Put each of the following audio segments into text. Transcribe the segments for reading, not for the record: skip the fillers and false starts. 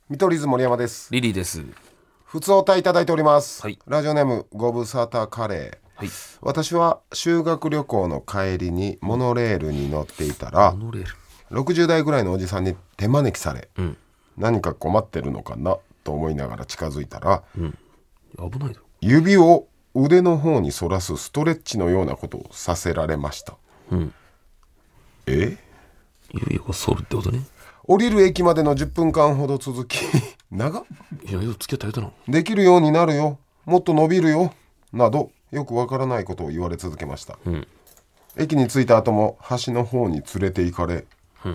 見取り図森山です。 リリーです。 ふつおたいただいております、 はい、 ラジオネームご無沙汰カレー、 はい、 私は修学旅行の帰りにモノレールに乗っていたら、60代ぐらいのおじさんに手招きされ、何か困ってるのかなと思いながら近づいたら、 危ないぞ。 指を腕の方に反らすストレッチのようなことをさせられました。 指を反るってことね。 降りる駅までの10分間ほど続き長っ、 いや、よく付き合ったやつな。 できるようになるよ、もっと伸びるよなどよくわからないことを言われ続けました。駅に着いた後も橋の方に連れて行かれ、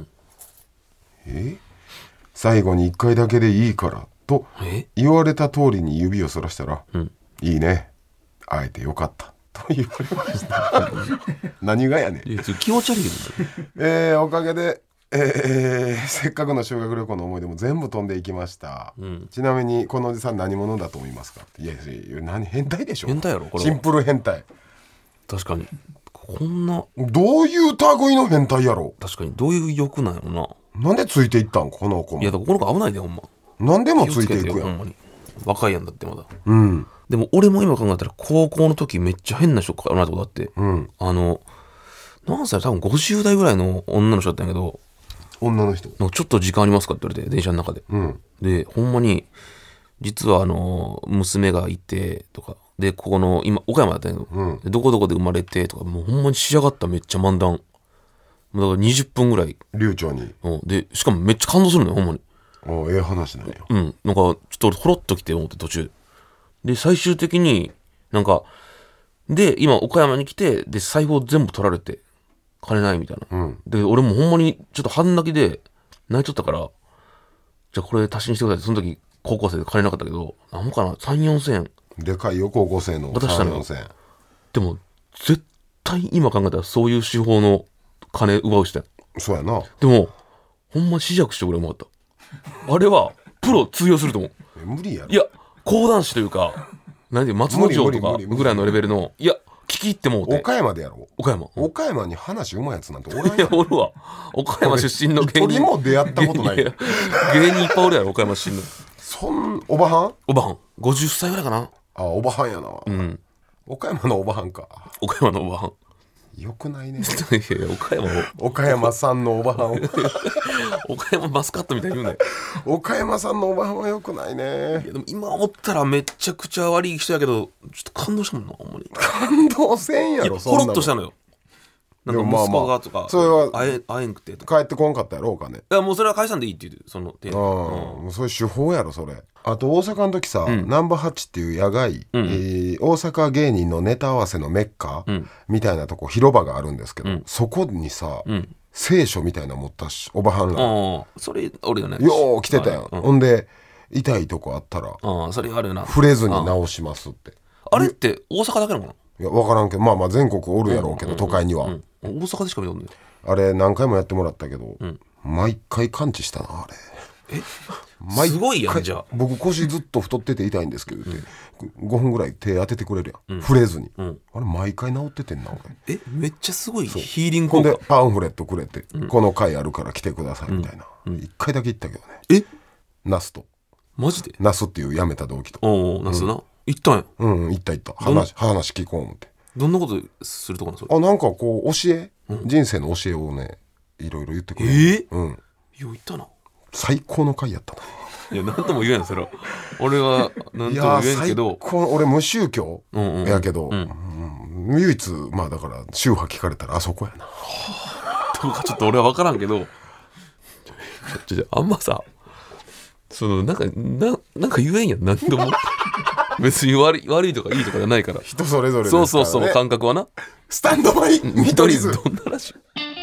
最後に1回だけでいいからと言われた通りに指をそらしたら、いいね、会えてよかったと言われました何がやねん。 気持ち悪いけど、おかげでせっかくの修学旅行の思い出も全部飛んでいきました、ちなみにこのおじさん何者だと思いますか。いや変態でしょ。 変態やろこれ。 シンプル変態。 確かにこんなどういう類の変態やろ。 確かにどういう欲なんやろな。 なんでついていったんこの子も。 いやだからこの子危ないでほんま。 何でもついていくやん。 ほんまに若いやんだってまだ。でも俺も今考えたら高校の時めっちゃ変な人かなってことあって、何歳多分50代ぐらいの女の人だったんやけど、 女の人ちょっと時間ありますかって言われて電車の中で、でほんまに実は娘がいてとかで、ここの今岡山だったんやけど、どこどこで生まれてとか、もうほんまに仕上がっためっちゃ漫談だから20分ぐらい流暢に、 でしかもめっちゃ感動するのよほんまに。 話なんや。 なんかちょっとほろっときて思って途中で最終的になんかで今岡山に来てで財布を全部取られて金ないみたいな、で俺もほんまにちょっと半泣きで泣いちゃったから、じゃあこれ足しにしてくださいって。その時高校生で金なかったけど何もかな 3,4 千円でかいよ高校生の渡したのよ。 3,4 千円でも絶対今考えたらそういう手法の金奪う人や。 そうやな。 でもほんま試着して俺もあったあれはプロ通用すると思う。 無理やろ。 いや講談師というか何で松之丞とかぐらいのレベルの、いや聞き入ってもうて。 岡山でやろ。岡山に話うまいやつなんておらんやん。 いやおるわ。岡山出身の芸人一人も出会ったことない。 芸人いっぱいおるやろ岡山出身の。 おばはん 50歳ぐらいかな。 おばはんやな。岡山のおばはんか。 岡山のおばはんよくないね。 いや岡山さんのおばはん岡山マスカットみたいに言うね。 岡山さんのおばはんはよくないね。 いやでも今思ったらめちゃくちゃ悪い人やけどちょっと感動したもんなほんまに。 感動せんやろ。 ほろっとしたのよ。なんか息子がとか、 それは会えんくてとか帰ってこんかったやろお金。いやもうそれは返さんでいいって言うそのもうそういう手法やろそれ。あと大阪の時さ、ナンバーハッチっていう野外、大阪芸人のネタ合わせのメッカ、みたいなとこ広場があるんですけど、そこにさ、聖書みたいなの持ったしおばはんら、 それ俺よねよう来てたやん、ほんで痛いとこあったらそれあるよな、 触れずに直しますって。 あれって大阪だけなのかな。 いや分からんけど、まあ全国おるやろうけど、都会には、 大阪でしか見たことない。 あれ何回もやってもらったけど、毎回完治したなあれ。 すごいやん。じゃあ僕腰ずっと太ってて痛いんですけどって、5分ぐらい手当ててくれるやん、触れずに、あれ毎回治っててんな俺。 めっちゃすごいヒーリングほん効果。 でパンフレットくれて、この回あるから来てくださいみたいな、1回だけ行ったけどね。ナスとマジで。 ナスっていう辞めた同期とナスな行ったんや。 行った話聞こう思って。 どんなことするとこなそれ。 なんかこう教え、人生の教えをねいろいろ言ってくれる。 よう行ったな。 最高の回やったな。 いや何とも言えんそれは。俺は何とも言えんけど、 俺無宗教やけど、唯一まあだから宗派聞かれたらあそこやな。 どうかちょっと俺は分からんけどあんまさなんか言えんやん何でも別に悪いとかいいとかじゃないから、 人それぞれですからね。 そう感覚はな。 スタンドバイ見取り図。 どんならしい。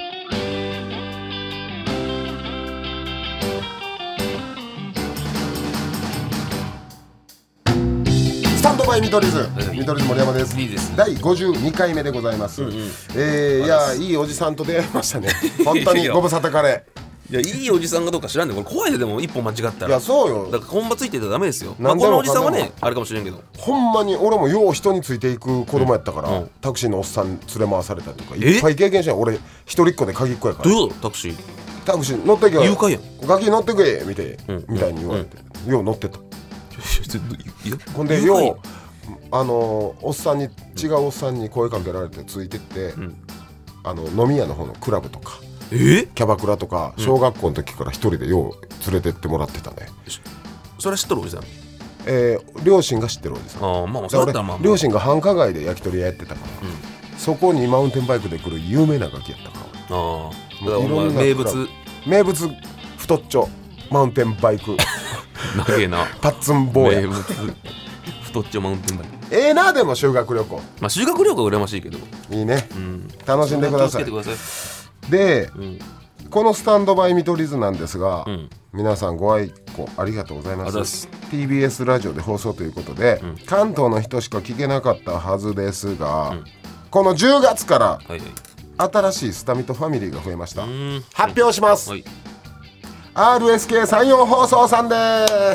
スタンドバイ見取り図、見取り図森山です。 いいです。 第52回目でございます。いやいいおじさんと出会いましたね本当にご無沙汰かれ。 いやいいおじさんかどうか知らんねん。これ怖いで。でも一歩間違ったら。 いやそうよ。 だから本場ついてたらダメですよ。こ何でものおじさんはねあれかもしれんけど、 ほんまに俺もよう人についていく子供やったから、タクシーのおっさん連れ回されたりとかいっぱい経験したよ。俺一人っ子で鍵っ子やから。 どういうこと。タクシタクシー乗ってけよ誘拐やん。 ガキ乗ってけみたいうんみたいに言われて、よう乗ってた。 いやほんで誘拐やんようおっさんに違うおっさんに声かけられてついてって、 ん飲み屋の方のクラブとかキャバクラとか小学校の時から一人でよう連れてってもらってたね、 それ知っとるおじさん。 両親が知ってるおじさん。 ああ、まあまあで俺そうだったらまあまあ両親が繁華街で焼き鳥屋やってたから、そこにマウンテンバイクで来る有名なガキやったからああ、だからおいろんな前クラブ名物太っちょマウンテンバイク長えな。 パッツン坊や名物太っちょマウンテンバイク。 なでも修学旅行まあ修学旅行は羨ましいけど。 いいね、 うん。 楽しんでください。 気をつけてください。 で、 んこのスタンドバイ見取り図なんですが、 ん皆さんご愛顧ありがとうございまありがとうございます。 TBS ラジオで放送ということで、関東の人しか聞けなかったはずですが、この10月からはいはい。 新しいスタミトファミリーが増えました。 ん発表します、 はい。 RSK 山陽放送さんです。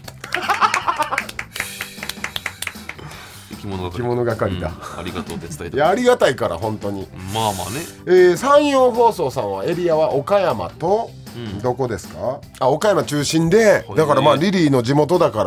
着物着物係だ、 ありがとうって伝えて。 いやありがたいから本当に。 まあまあね。 山陽放送さんはエリアは岡山と、どこですか？岡山中心で、だからまあリリーの地元だから、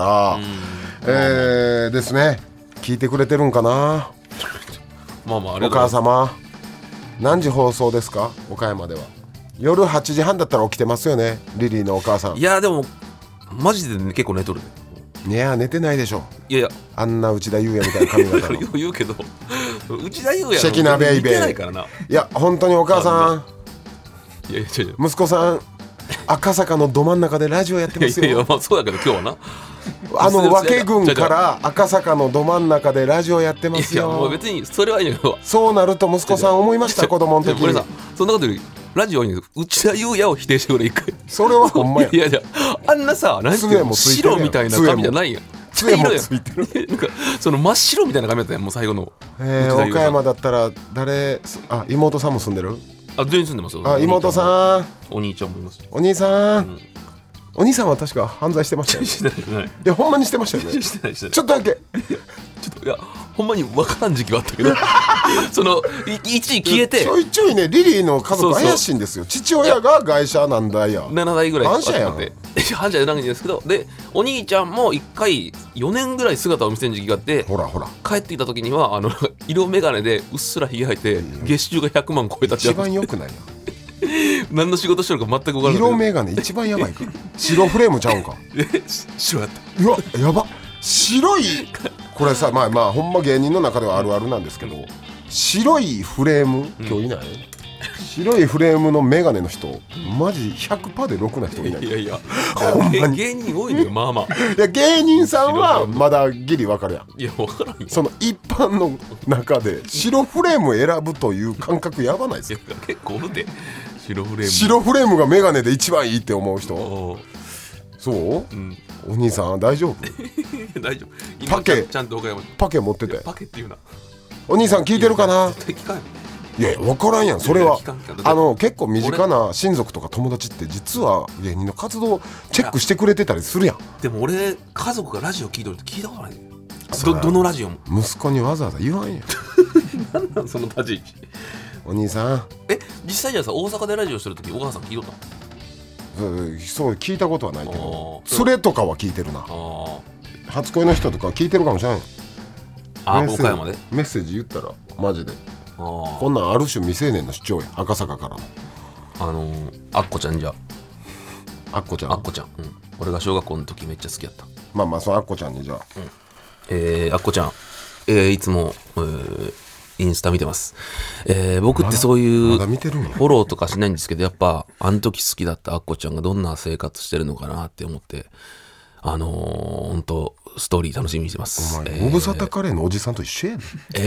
ですね。聞いてくれてるんかな。 まあまああおりがとうございます。 母様何時放送ですか？岡山では夜8時半だったら起きてますよね、リリーのお母さん。 いやでもマジで、ね、結構寝とる。 いや寝てないでしょ。 いやいやあんな内田裕也みたいな髪型のよう言うけど内田裕也シェキナベイベー似てないからな。 いや本当にお母さん、 いやいや違う違う。 息子さん赤坂のど真ん中でラジオやってますよ。 いやいやまあそうだけど今日はな。 和気郡から赤坂のど真ん中でラジオやってますいやもうよ。 別にそれはいいんだけど。 そうなると息子さん思いました、子供の時これさに。 そんなことよりラジオに内田裕也を否定してくれ一回。 それはほんまや。 いやいやあんなさなんていう杖のもついてるやん白みたいな髪じゃないやん。 杖も茶色やんついてる。 なんかその真っ白みたいな髪だったやんもう最後の。 岡山だったら妹さんも住んでる？ あ全員住んでますよ。 妹さんお兄ちゃんもいます。 お兄さん、お兄さんは確か犯罪してましたよね。 してないいやほんまにしてましたよね。 してないしてない。 ちょっとだけちょっといやほんまに分からん時期はあったけどその一時消えてちょいちょいねリリーの家族そうそう怪しいんですよ。父親が外車なんだや。 7台ぐらい反社やんあって反社じゃないんですけど、でお兄ちゃんも1回4年ぐらい姿を見せん時期があって、 ほらほら帰ってきた時には色眼鏡でうっすらひげ生えて月収が100万超えたって一番良くないや何の仕事してるか全く分からない。 色眼鏡一番やばいから白フレームちゃうんか。 白やった。 うわやば白いこれさまあほんま芸人の中ではあるあるなんですけど、白いフレーム今日いない、白いフレームの眼鏡の人マジ 100% でろくな人いない。 いやいやほんまに芸人多いのよまあまあ。 いや芸人さんはまだギリ分かるやん。 いや分からんよ。 その一般の中で白フレームを選ぶという感覚やばないですいやか？ 結構おるで白フレーム。 白フレームが眼鏡で一番いいって思う人。 おそう、 うんお兄さん大丈夫？ 大丈夫。 パケちゃんと岡山にパケ持っててパケっていうな。 お兄さん聞いてるかな？ 絶対聞かんよ。 いや分からんやんそれは。 聞かん聞かん結構身近な親族とか友達って実は芸人の活動チェックしてくれてたりするやん。 でも俺家族がラジオ聞いとるって聞いたことないね。 そらどのラジオも。 息子にわざわざ言わんやんなんなんその立ち位置。 お兄さん実際じゃあさ大阪でラジオしてる時お母さん聞いとったそう聞いたことはないけどの？ 連れとかは聞いてるな。 あ初恋の人とか聞いてるかもしれない。 あメッセージ岡山で。 メッセージ言ったらマジであこんなんある種未成年の主張や赤坂からのあっこちゃんじゃあっこちゃんあっこちゃん、俺が小学校の時めっちゃ好きやった。 まあそのあっこちゃんにじゃあ、 あっこちゃん、いつも、インスタ見てます。僕ってそういうまだ見てるんや。 フォローとかしないんですけど、やっぱあの時好きだったあっこちゃんがどんな生活してるのかなって思って本当ストーリー楽しみにしてまおす。 前ご無沙汰カレーのおじさんと一緒やねん。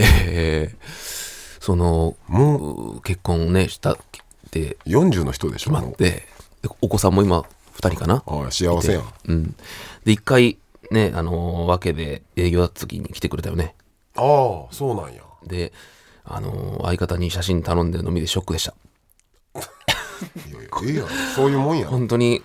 そのも結婚ねしたって 40の人でしょ。 決まってでお子さんも今2人かな。 ああ幸せやん。 で1回ねわけで営業だった時に来てくれたよね。 ああそうなんや。 で相方に写真頼んでるの見てショックでした。 いやいやそういうもんや。 本当に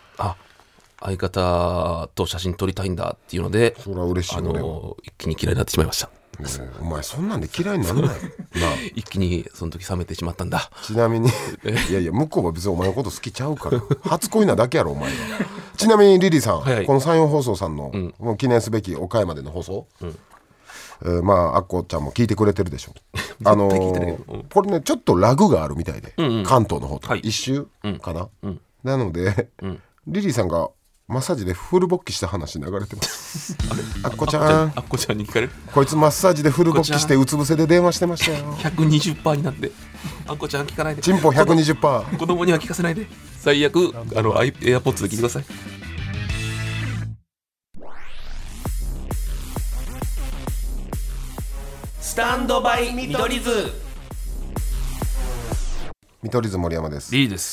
相方と写真撮りたいんだっていうのでそりゃ嬉しい俺は。 一気に嫌いになってしまいました。 お前そんなんで嫌いになんないなあ。 一気にその時冷めてしまったんだ。 ちなみにいやいや向こうは別にお前のこと好きちゃうから初恋なだけやろお前は。ちなみにリリーさん、 はいはい、 この山陽放送さんの、もう記念すべき岡山での放送、まああっこちゃんも聞いてくれてるでしょこれねちょっとラグがあるみたいで、関東の方と、一周かな、なので、リリーさんがマッサージでフル勃起した話流れてますあっこちゃんあっこちゃんに聞かれる。 こいつマッサージでフル勃起してうつ伏せで電話してましたよ。 120% になって、あっこちゃん聞かないで、 チンポ 120%。 子供には聞かせないで、最悪エアポッツで聞いてください。スタンドバイ見取り図。 見取り図森山です。 リーです。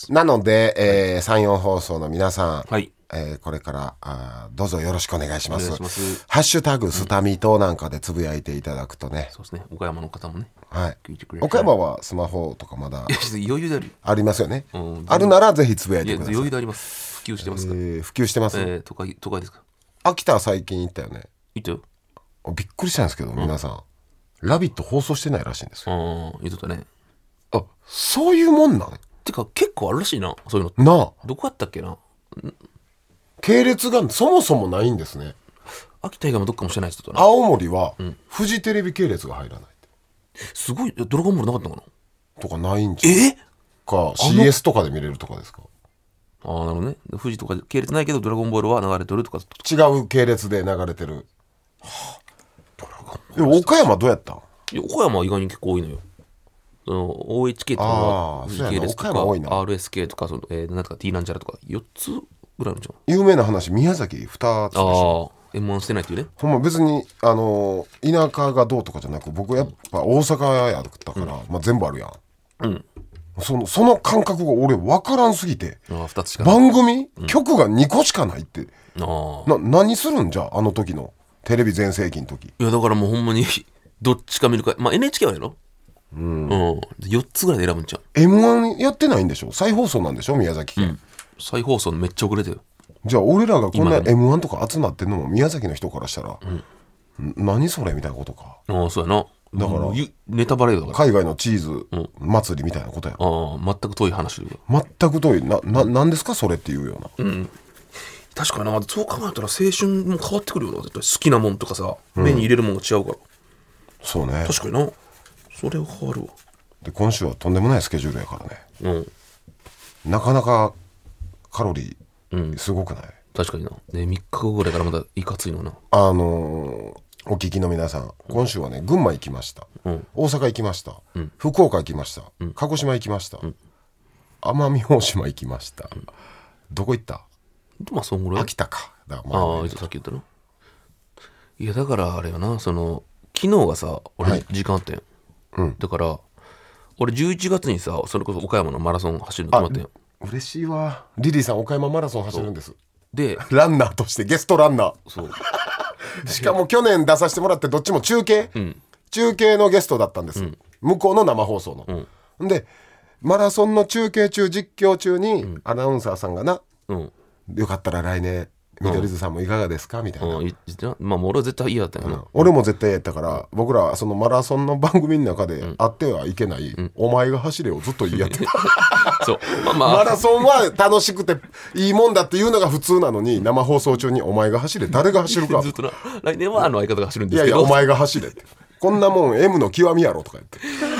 なので、山陽放送の皆さん、 はい、 これからどうぞよろしくお願いします。 お願いします。 ハッシュタグスタミトなんかでつぶやいていただくとね、 そうですね、岡山の方もね、 はい、 聞いてくれる。 岡山はスマホとかまだ余裕である、 ありますよね、あるならぜひつぶやいてください。 余裕であります。普及してますから、 普及してます。 都会ですか。 秋田は最近行ったよね。 行ったよ。 びっくりしたんですけど、皆さんラビット放送してないらしいんですよ。 言っとったね。 あ、そういうもんなんてか結構あるらしいな、そういうのなあ。 どこやったっけな、 系列がそもそもないんですね。 秋田以外もどっかもしれないですとな。 青森は、フジテレビ系列が入らないすごい。ドラゴンボールなかったのかなとかないんじゃか CS とかで見れるとかですか。 なるほどね。富士とか系列ないけどドラゴンボールは流れてるとか。 違う系列で流れてる。でも岡山どうやったん。 いや岡山は意外に結構多いのよ。OHK とか富士系列とか RSK とかなんとか T なんちゃらとか4つぐらいあるじゃん。 有名な話、宮崎2つでしょ。 M1 してないっていうね。 ほんま別に田舎がどうとかじゃなく、僕やっぱ大阪やったから、まあ、全部あるやん、その感覚が俺分からんすぎて。 2つしかない番組、局が2個しかないって。何するんじゃあの時のテレビ全盛期の時。 いやだからもうほんまにどっちか見るか、まあ NHK はやろ、4つぐらいで選ぶんちゃう。 M1 やってないんでしょ。再放送なんでしょ宮崎県、 再放送めっちゃ遅れてる。 じゃあ俺らがこんな M1 とか集まってんのも宮崎の人からしたら、何それみたいなことか。 そうやな。だからネタバレだから海外のチーズ祭りみたいなことや。 全く遠い話で。 全く遠い。なんですかそれっていうような。 確かにな。そう考えたら青春も変わってくるよな。絶対好きなもんとかさ、目に入れるもんが違うから。 そうね。 確かにな。それは変わるわ。 で今週はとんでもないスケジュールやからね。なかなかカロリーすごくない。 確かにな。3日後ぐらいからまたいかついのな。 お聞きの皆さん、今週はね群馬行きました、大阪行きました、福岡行きました、鹿児島行きました、奄美大島行きました、どこ行った。 まあそんぐらい。 秋田か。だからさっき言ったの。いやだからあれよな、昨日がさ俺時間あったやん、だから俺11月にさそれこそ岡山のマラソン走るの決まったやん。 嬉しいわ。リリーさん岡山マラソン走るんです。 でランナーとしてゲストランナー。そうしかも去年出させてもらってどっちも中継のゲストだったんです、向こうの生放送の、でマラソンの中継中実況中に、アナウンサーさんがな、よかったら来年見取り図さんもいかがですかみたいな、 まあ俺は絶対嫌だったよな、 俺も絶対やったから、僕らそのマラソンの番組の中であってはいけない、お前が走れをずっと言い合ってたそう、 マラソンは楽しくていいもんだっていうのが普通なのに、生放送中にお前が走れ、誰が走るかずっとな、来年は相方が走るんですけど、 いやいやお前が走れって、こんなもん M の極みやろとか言って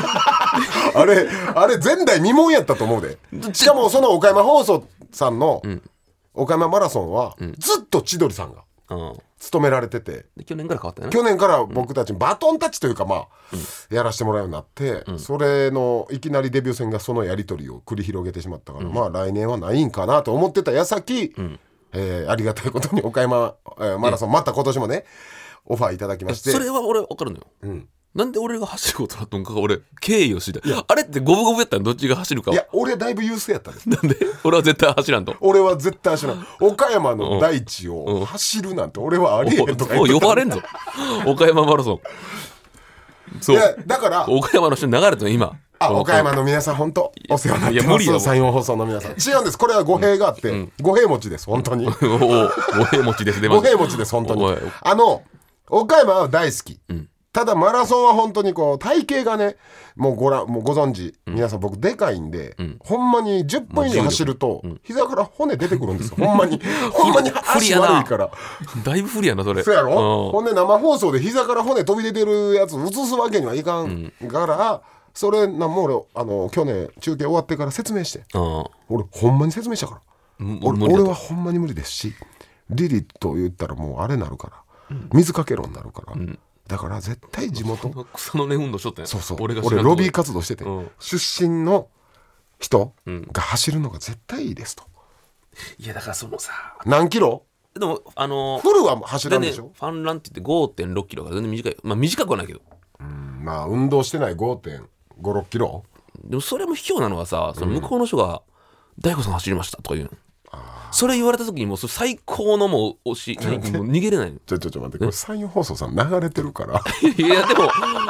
あれ前代未聞やったと思うで。しかもその岡山放送さんの岡山マラソンはずっと千鳥さんが務められてて、 で去年から変わったよね。 去年から僕たちバトンタッチというか、まあやらせてもらうようになって、それのいきなりデビュー戦がそのやり取りを繰り広げてしまったから、まあ来年はないんかなと思ってた矢先、ありがたいことに岡山マラソンまた今年もねオファーいただきまして。 それは俺分かるのよ、なんで俺が走ることだったのか俺敬意を知りたい。あれって五分五分やったらどっちが走るか。 いや俺だいぶ優勢やったんです。 なんで俺は絶対走らんと。 俺は絶対走らん。岡山の大地を走るなんて俺はありえへんとか言ってた。 呼ばれんぞ岡山マラソン。そう、 いやだから岡山の人に流れてるの今。 岡山の皆さん本当お世話になってます。山陽放送の皆さん違うんです。これは語弊があって、語弊持ちです本当に。 語弊持ちです。 語弊持ちです本当に。岡山は大好き、 ただマラソンは本当にこう体型がねもうご存知、皆さん僕でかいんで、ほんまに10分以上走ると、膝から骨出てくるんですよほんまに足悪いからだいぶ不利やなそれ。 そうやろ、ほんで生放送で膝から骨飛び出てるやつ映すわけにはいかんから、それなんも俺去年中継終わってから説明して、俺ほんまに説明したから、俺はほんまに無理ですし、リリと言ったらもうあれなるから、水かけろになるから、だから絶対地元草の根運動しとったんや。 そう俺ロビー活動してて、出身の人が走るのが絶対いいですと。 いやだからそのさ何キロでもフルは走らんでしょ、 ファンランって言って 5.6 キロが全然短い。まあ短くはないけど、 まあ運動してない 5.56 キロ。 でもそれも卑怯なのはさ、その向こうの人が大悟さん走りましたとか言うの、それ言われた時にもうそれ最高のもう押しもう逃げれないの。 ちょ待って、これ山陽放送さん流れてるからいやでも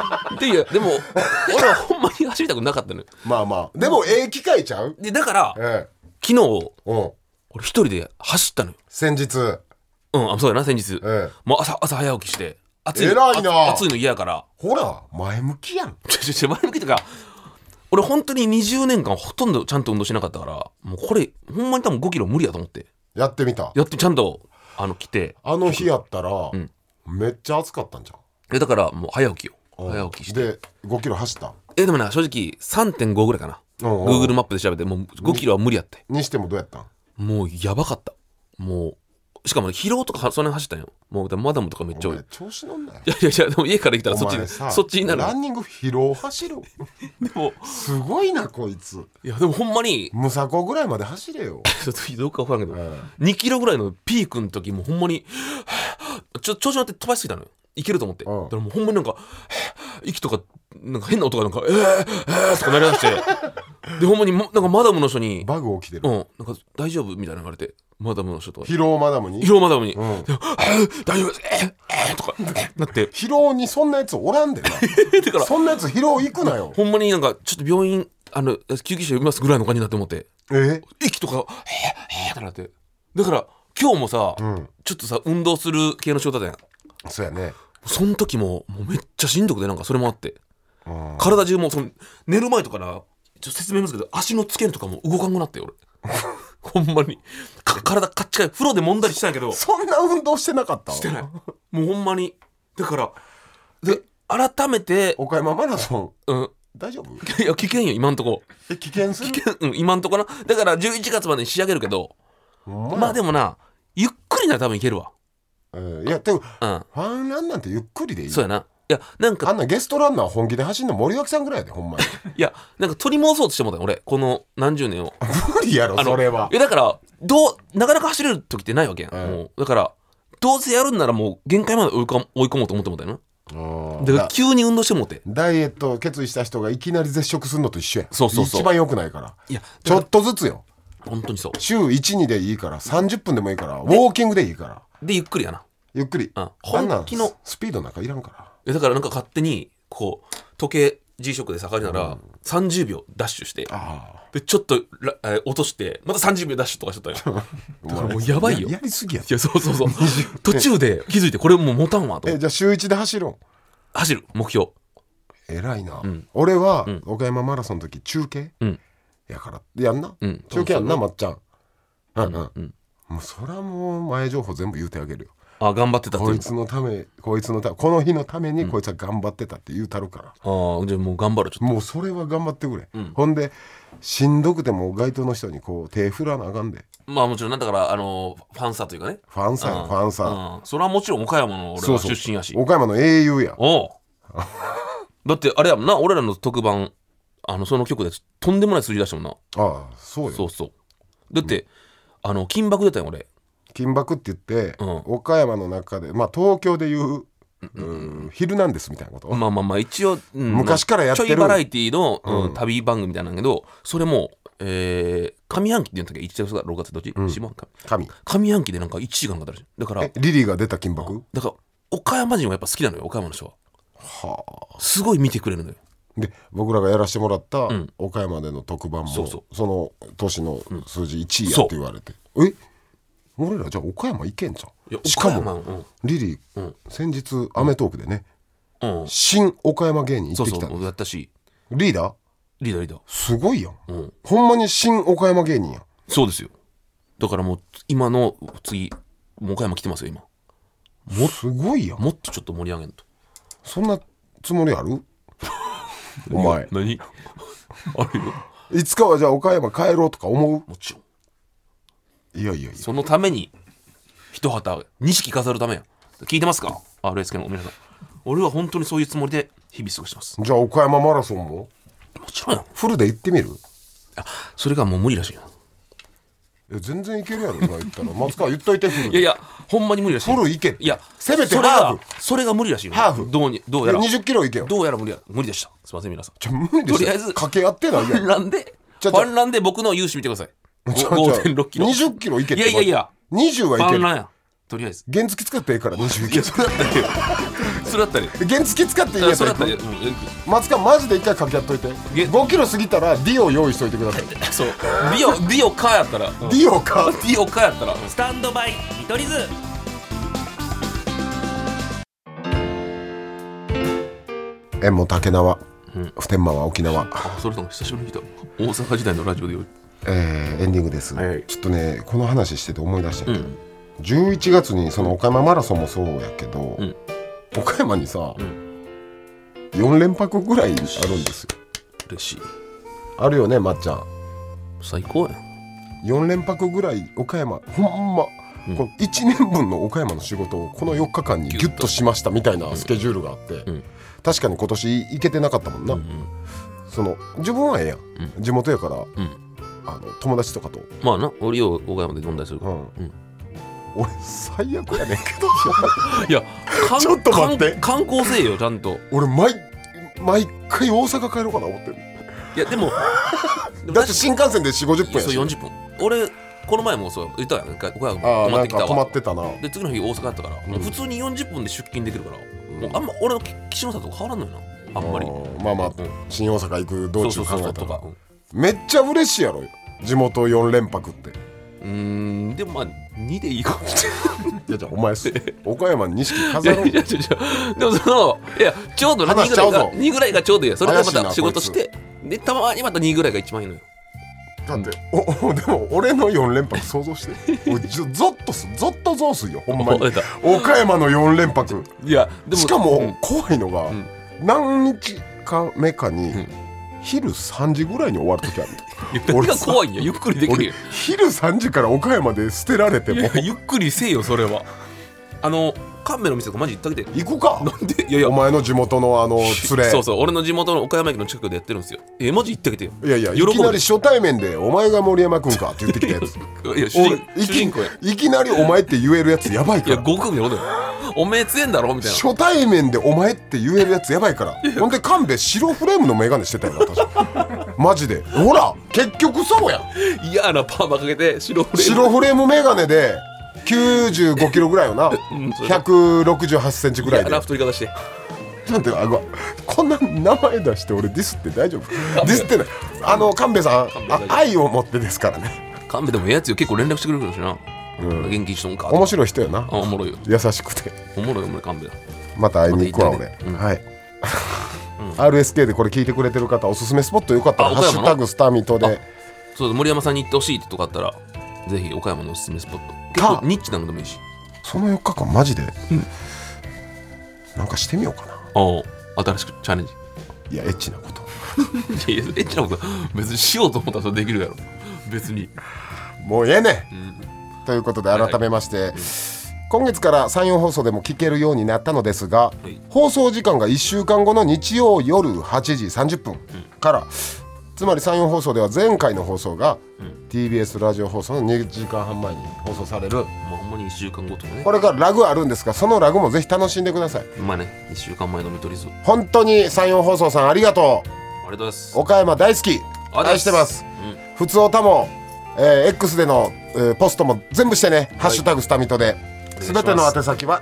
俺はほんまに走りたくなかったのよ。 まあでも機会ちゃうでだから、昨日俺一人で走ったのよ先日。 そうやな先日、もう朝早起きして暑いの嫌やから。 ほら前向きやん。 前向きとか俺本当に20年間ほとんどちゃんと運動しなかったから、もうこれほんまに多分5キロ無理やと思ってやってみた。 ちゃんと来て、 あの日やったら、めっちゃ暑かったんじゃん。 だからもう早起きしてで5キロ走った。 でもな正直 3.5 ぐらいかな。Google マップで調べてもう5キロは無理やって。 にしてもどうやったん？ もうやばかった。もうしかもね疲労とかその辺走ったんよ。もうマダムとかめっちゃ多い。 調子乗んなよ。 いやでも家から来たらそっちになる。 ランニング疲労走るでもすごいなこいつ。 いやでもほんまにムサコぐらいまで走れよ。 ちょっとどうか分からんけど、2キロぐらいのピークの時もほんまに調子乗って飛ばしすぎたのよ。いけると思って、だからもうほんまになんか息とかなんか変な音がなんかとか鳴り出してでほんまになんかマダムの人にバグ起きてる。 なんか大丈夫みたいな言われて、マダムの人とか疲労マダムに大丈夫ですとかなって。 疲労にそんなやつおらんでなだからそんなやつ疲労行くなよ。 ほんまになんかちょっと病院救急車呼びますぐらいの感じになって思って、息とかってなって。だから今日もさ、ちょっとさ運動する系の仕事だやん。 そうやね。 その時もうめっちゃしんどくて、なんかそれもあって体中もその寝る前とかな、ちょっと説明ますけど足の付け根とかも動かんくなって俺ほんまに体カッチカチ、風呂で揉んだりしたんやけどそんな運動してなかった？ してない。もうほんまにだからで改めて岡山マラソン、大丈夫？ いや危険よ今んとこ。 危険する？ 危険、今んとこな。だから11月までに仕上げるけど、まあでもなゆっくりなら多分いけるわ。 いやでも、ファンランなんてゆっくりでいい。 そうやな。いやなんかあんなゲストランナー本気で走るの森脇さんぐらいやでほんまにいやなんか取り戻そうとしてもらった俺この何十年を無理やろそれは。 いやだからなかなか走れる時ってないわけやん、もうだからどうせやるんならもう限界まで追い込もうと思ってもたよな。だから急に運動してもてダイエットを決意した人がいきなり絶食するのと一緒や。 そう一番良くないから。 いやちょっとずつよ。 本当にそう。 週 1,2 でいいから30分でもいいからウォーキングでいいからでゆっくりやな。 ゆっくり、 本気のスピードなんかいらんから。 だからなんか勝手にこう時計 G ショックで下がりなら30秒ダッシュして、でちょっと落としてまた30秒ダッシュとかしとったよだからもうやばいよ。 やりすぎや。 いやそう途中で気づいてこれもう持たんわと。 じゃあ週1で走ろう。 走る目標。 偉いな、俺は、岡山マラソンの時中継、やからやんな、中継やんなまっちゃん。もうそらもう前情報全部言うてあげるよ。 頑張ってたってこいつのためこの日のためにこいつは頑張ってたって言うたるから、 じゃあもう頑張る。ちょっともうそれは頑張ってくれ、ほんでしんどくても街頭の人にこう手振らなあかんで。 まあもちろんなんだからファンサというかね。 ファンサ、 それはもちろん岡山の俺は出身やし。 岡山の英雄や。 だってあれやもんな、俺らの特番その曲でとんでもない数字出したもんな。 そうよ。 そうだって金箔出たよ俺。 金箔って言って、岡山の中で東京でいうヒルナンデスみたいなこと。 まあ一応、 昔からやってるちょいバラエティの、旅番組みたいなんだけど、それも上半期って言うんだっけ、1月か6月どっち、上半期でなんか1時間かかったらしい。だからリリーが出た金箔だから岡山人はやっぱ好きなのよ岡山の人は。すごい見てくれるのよ。 で僕らがやらせてもらった岡山での特番も、その年の数字1位やって言われて、俺らじゃあ岡山行けんじゃん。しかも、リリー、先日アメトークでね、 新岡山芸人行ってきた。 そうそうやったし。 リーダーすごいやん、ほんまに新岡山芸人やん。 そうですよ。だからもう今の次岡山来てますよ今。 すごいやん。 もっとちょっと盛り上げんと。 そんなつもりあるお前何あるよ。 いつかはじゃあ岡山帰ろうとか思う？ もちろん。 いやそのために一旗錦飾るためや。聞いてますか RSK の皆さん。俺は本当にそういうつもりで日々過ごしてます。 じゃあ岡山マラソンももちろんや。 フルで行ってみる？ それがもう無理らしいな。 全然いけるやろ今言ったら。松川言っといてフル。 いやほんまに無理らしい。 フル行け。 いやせめてハーフ。 それが無理らしい。 ハーフどうやら 20キロ行けよ。 どうやら無理でした。すいません皆さん。 無理でした。 とりあえず掛け合ってないやん。 反乱で僕の勇姿見てください。5.6 キロ 20キロ行けって。 いや 20はいける。 反乱や。とりあえず原付使っていいから20いける。 それだったら原付使っていいやつ。松川マジで一回掛け合っといて。5キロ過ぎたらディオ用意しといてください。 そうディオかやったらディオかやったらスタンドバイ見取り図。 縁も竹縄、普天間は沖縄。 それとも久しぶりに来た大阪時代のラジオでエンディングです、ちょっとねこの話してて思い出したけど、11月にその岡山マラソンもそうやけど、岡山にさ、4連泊ぐらいあるんですよ。 嬉しい。 あるよねまっちゃん。 最高や。 4連泊ぐらい岡山ほんま、この1年分の岡山の仕事をこの4日間にギュッとしましたみたいなスケジュールがあって、確かに今年行けてなかったもんな、その自分はええやん、地元やから、友達とかとまあな俺を岡山で飲んだりするから、 俺最悪やねんけどいやちょっと待って、 観光せえよちゃんと。 俺毎回大阪帰ろうかな思ってる。 いやでもだって新幹線で4、50分やし。 そう40分。俺この前もそう言ったやん。岡山泊まってきたわ。 泊まってたな。で次の日大阪やったから、普通に40分で出勤できるから、もうあんま俺の岸の里と変わらんのよなあんまり。 まあ、新大阪行く道中考えたらめっちゃ嬉しいやろ地元4連泊って。 でもまあ2でいいかもしれない。 いやじゃあお前岡山に錦飾ろう。 でもちょうど2ぐらいがちょうどいいや。それでまた仕事してでたまにまた2ぐらいが一番いいのよ。 だってでも俺の4連泊想像して俺ゾッとゾースよほんまに。岡山の4連泊。 いやでもしかも怖いのが、何日か目かに、昼3時ぐらいに終わる時ある。 俺が怖いんや。ゆっくりできるよ。 昼3時から岡山で捨てられてもゆっくりせえよそれは。カンメの店とかマジ行ってあげて。 行くか。 なんで？いやお前の地元の連れ。 そう俺の地元の岡山駅の近くでやってるんですよ。マジ行ってあげてよ。 いやいきなり初対面でお前が森山くんかって言ってきたやつ。いきなりお前って言えるやつやばいから。 いや5組のことよ。おめえ強えんだろみたいな。 初対面でお前って言えるやつやばいから。ほんで神戸白フレームのメガネしてたよな確か。マジでほら結局そうやん。 嫌なパーマかけて白フレームメガネで95キロぐらいよな。168センチぐらいで。 ラフ取り方して。 なんてこんな名前出して俺ディスって大丈夫？ディスってない。神戸さん愛を持ってですからね。 神戸でもええやつよ。結構連絡してくれるしな。元気しとんか。 面白い人やな。 おもろいよ。 優しくて。 おもろい神戸だ。 また会いに行くわ俺。はい。RSK でこれ聞いてくれてる方おすすめスポットよかったらハッシュタグスタミトで。 そう森山さんに行ってほしいってとかあったらぜひ岡山のおすすめスポット。結構ニッチなのでもいいし。 その4日間マジでなんかしてみようかな。 新しくチャレンジ。 いやエッチなこと。 いやエッチなこと別にしようと思ったらそれできるやろ別に。 もうええね、ということで改めまして、今月から山陽放送でも聞けるようになったのですが、放送時間が1週間後の日曜夜8時30分から、つまり山陽放送では前回の放送が TBS ラジオ放送の2時間半前に放送される。 もうほんまに1週間ごとね。 これからラグあるんですがそのラグもぜひ楽しんでください。 まあね1週間前の見取り図。 本当に山陽放送さんありがとう。 ありがとうございます。 岡山大好き愛してます。ふつおたも、X での、ポストも全部してね、ハッシュタグスタミトで。すべての宛先は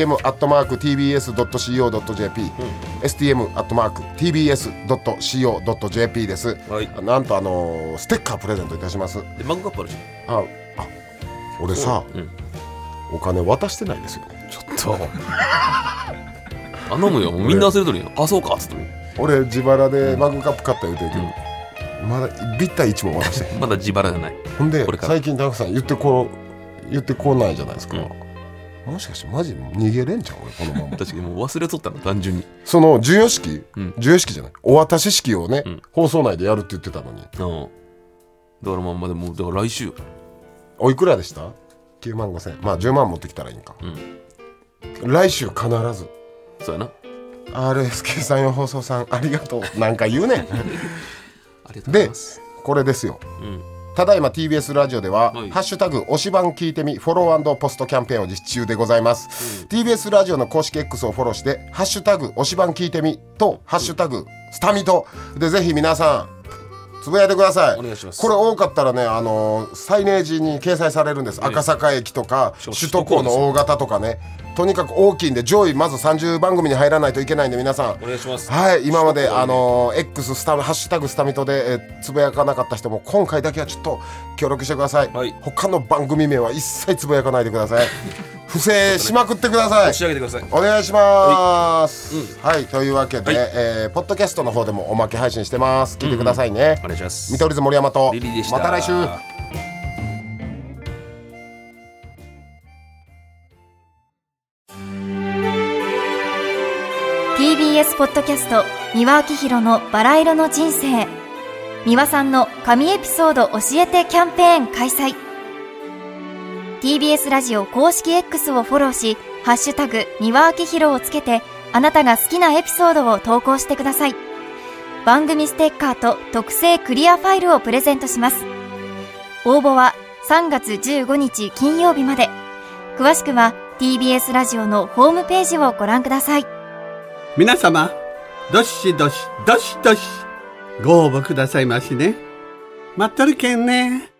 stm@tbs.co.jp、stm@tbs.co.jp です。なんとステッカープレゼントいたします。 でマグカップあるし。 俺さ、お金渡してないですよね。 ちょっと頼むよ、もうみんな忘れとるよ。あ、そうかっつっても俺自腹でマグカップ買った言うてるけど、まだビッタ1も渡してへんまだ自腹じゃない。 ほんで最近たくさん言ってこないじゃないですか、もしかしてマジ逃げれんじゃん俺このまま確かにもう忘れとったの単純に。 その授与式じゃないお渡し式をね、放送内でやるって言ってたのに。 だからまあでもだから来週おいくらでした？9万5千。まあ10万持ってきたらいいんか、来週必ず。 そうやな。 RSK さんよ放送さんありがとうなんか言うねんありがとうございます。 でこれですよ、ただいま TBS ラジオでは、 はい、 ハッシュタグ推しバン聞いてみフォロー&ポストキャンペーンを実施中でございます、TBS ラジオの公式 X をフォローしてハッシュタグ推しバン聞いてみとハッシュタグスタミトでぜひ皆さんつぶやいてください。 お願いします。 これ多かったらねサイネージに掲載されるんです、赤坂駅とか首都高の大型とかね、とにかく大きいんで上位まず30番組に入らないといけないんで皆さんお願いします。 はい、今までX ハッシュタグスタミトで、つぶやかなかった人も今回だけはちょっと協力してください、はい、他の番組名は一切つぶやかないでください不正しまくってください。 仕上げてください。 お願いします。はい、というわけで、ポッドキャストの方でもおまけ配信してます。聞いてくださいね。 お願いします。 見取り図森山とリリーでした。 また来週。 TBS ポッドキャスト三輪明宏のバラ色の人生、三輪さんの神エピソード教えてキャンペーン開催。 TBS ラジオ公式 X をフォローしハッシュタグ三輪明宏をつけてあなたが好きなエピソードを投稿してください。番組ステッカーと特製クリアファイルをプレゼントします。応募は3月15日金曜日まで。詳しくは TBS ラジオのホームページをご覧ください。 皆様どしどしどしどしご応募くださいましね。待っとるけんね。